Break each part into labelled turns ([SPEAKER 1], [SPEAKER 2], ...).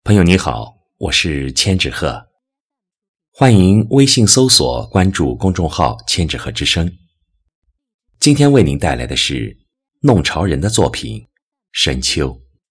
[SPEAKER 1] 朋友你好，我是千纸鹤，欢迎微信搜索关注公众号千纸鹤之声。今天为您带来的是弄潮人的作品《深秋》。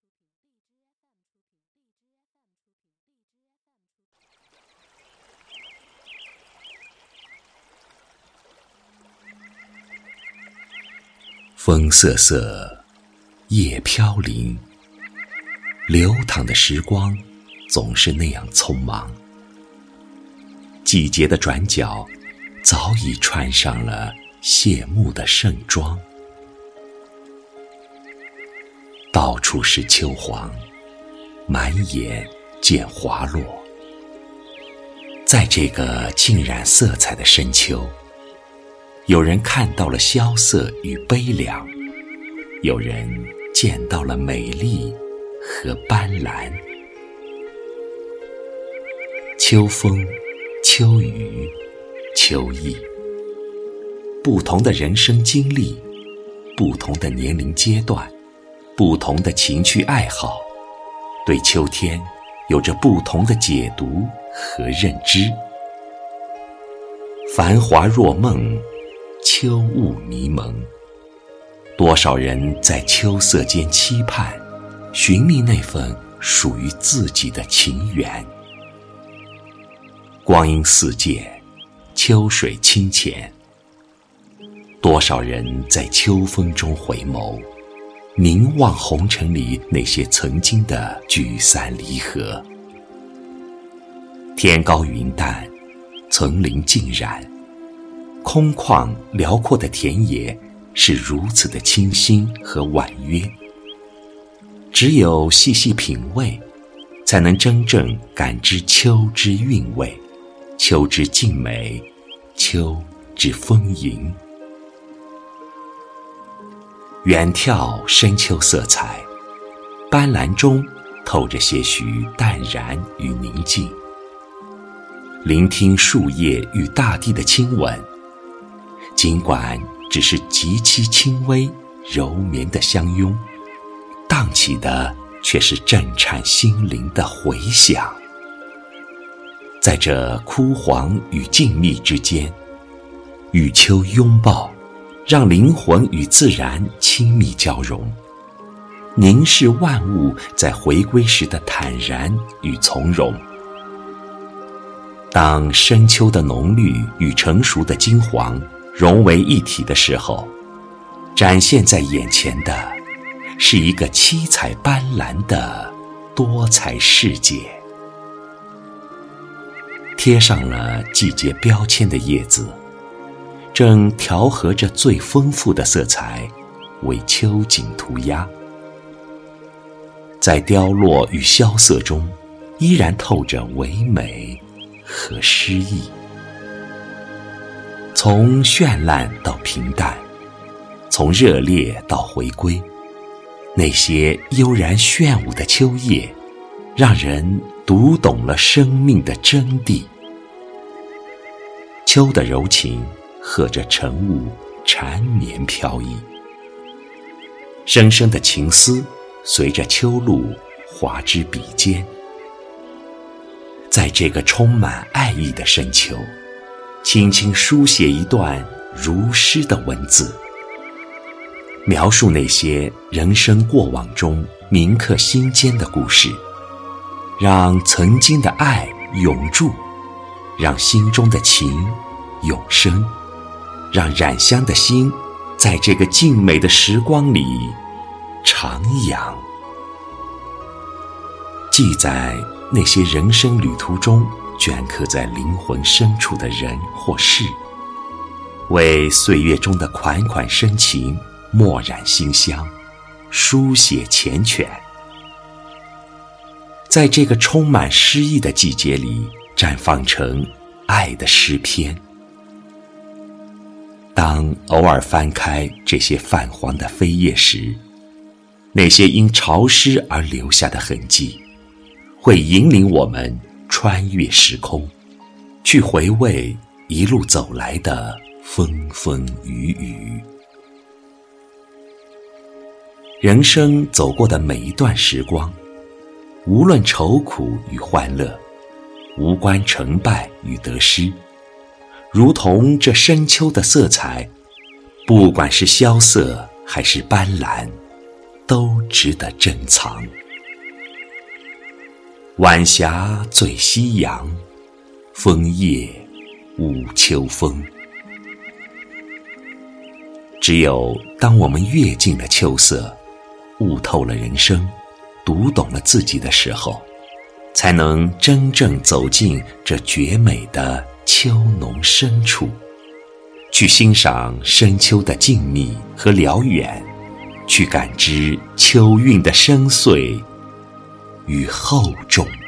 [SPEAKER 1] 风瑟瑟，叶飘零，流淌的时光总是那样匆忙，季节的转角早已穿上了谢幕的盛装，到处是秋黄，满眼见花落。在这个浸染色彩的深秋，有人看到了萧瑟与悲凉，有人见到了美丽和斑斓。秋风、秋雨、秋意，不同的人生经历，不同的年龄阶段，不同的情趣爱好，对秋天有着不同的解读和认知。繁华若梦，秋雾迷蒙，多少人在秋色间期盼，寻觅那份属于自己的情缘。光阴似箭，秋水清浅，多少人在秋风中回眸，凝望红尘里那些曾经的聚散离合。天高云淡，层林尽染，空旷辽阔的田野是如此的清新和婉约，只有细细品味，才能真正感知秋之韵味，秋之静美，秋之丰盈。远眺深秋色彩，斑斓中透着些许淡然与宁静。聆听树叶与大地的亲吻，尽管只是极其轻微柔绵的相拥，荡起的却是震颤心灵的回响。在这枯黄与静谧之间，与秋拥抱，让灵魂与自然亲密交融，凝视万物在回归时的坦然与从容。当深秋的浓绿与成熟的金黄融为一体的时候，展现在眼前的是一个七彩斑斓的多彩世界。贴上了季节标签的叶子，正调和着最丰富的色彩，为秋景涂鸦。在凋落与萧瑟中，依然透着唯美和诗意。从绚烂到平淡，从热烈到回归，那些悠然炫舞的秋叶，让人读懂了生命的真谛。秋的柔情和着晨雾缠绵飘逸，深深的情思随着秋露滑至笔尖。在这个充满爱意的深秋，轻轻书写一段如诗的文字，描述那些人生过往中铭刻心间的故事，让曾经的爱永驻，让心中的情永生，让染香的心在这个静美的时光里徜徉。记载那些人生旅途中镌刻在灵魂深处的人或事，为岁月中的款款深情墨染馨香，书写缱绻。在这个充满诗意的季节里，绽放成爱的诗篇。当偶尔翻开这些泛黄的扉页时，那些因潮湿而留下的痕迹，会引领我们穿越时空，去回味一路走来的风风雨雨。人生走过的每一段时光， 无论愁苦与欢乐，无关成败与得失，如同这深秋的色彩，不管是萧瑟还是斑斓，都值得珍藏。晚霞醉夕阳，枫叶舞秋风。只有当我们阅尽了秋色，悟透了人生，读懂了自己的时候，才能真正走进这绝美的秋浓深处，去欣赏深秋的静谧和辽远，去感知秋韵的深邃与厚重。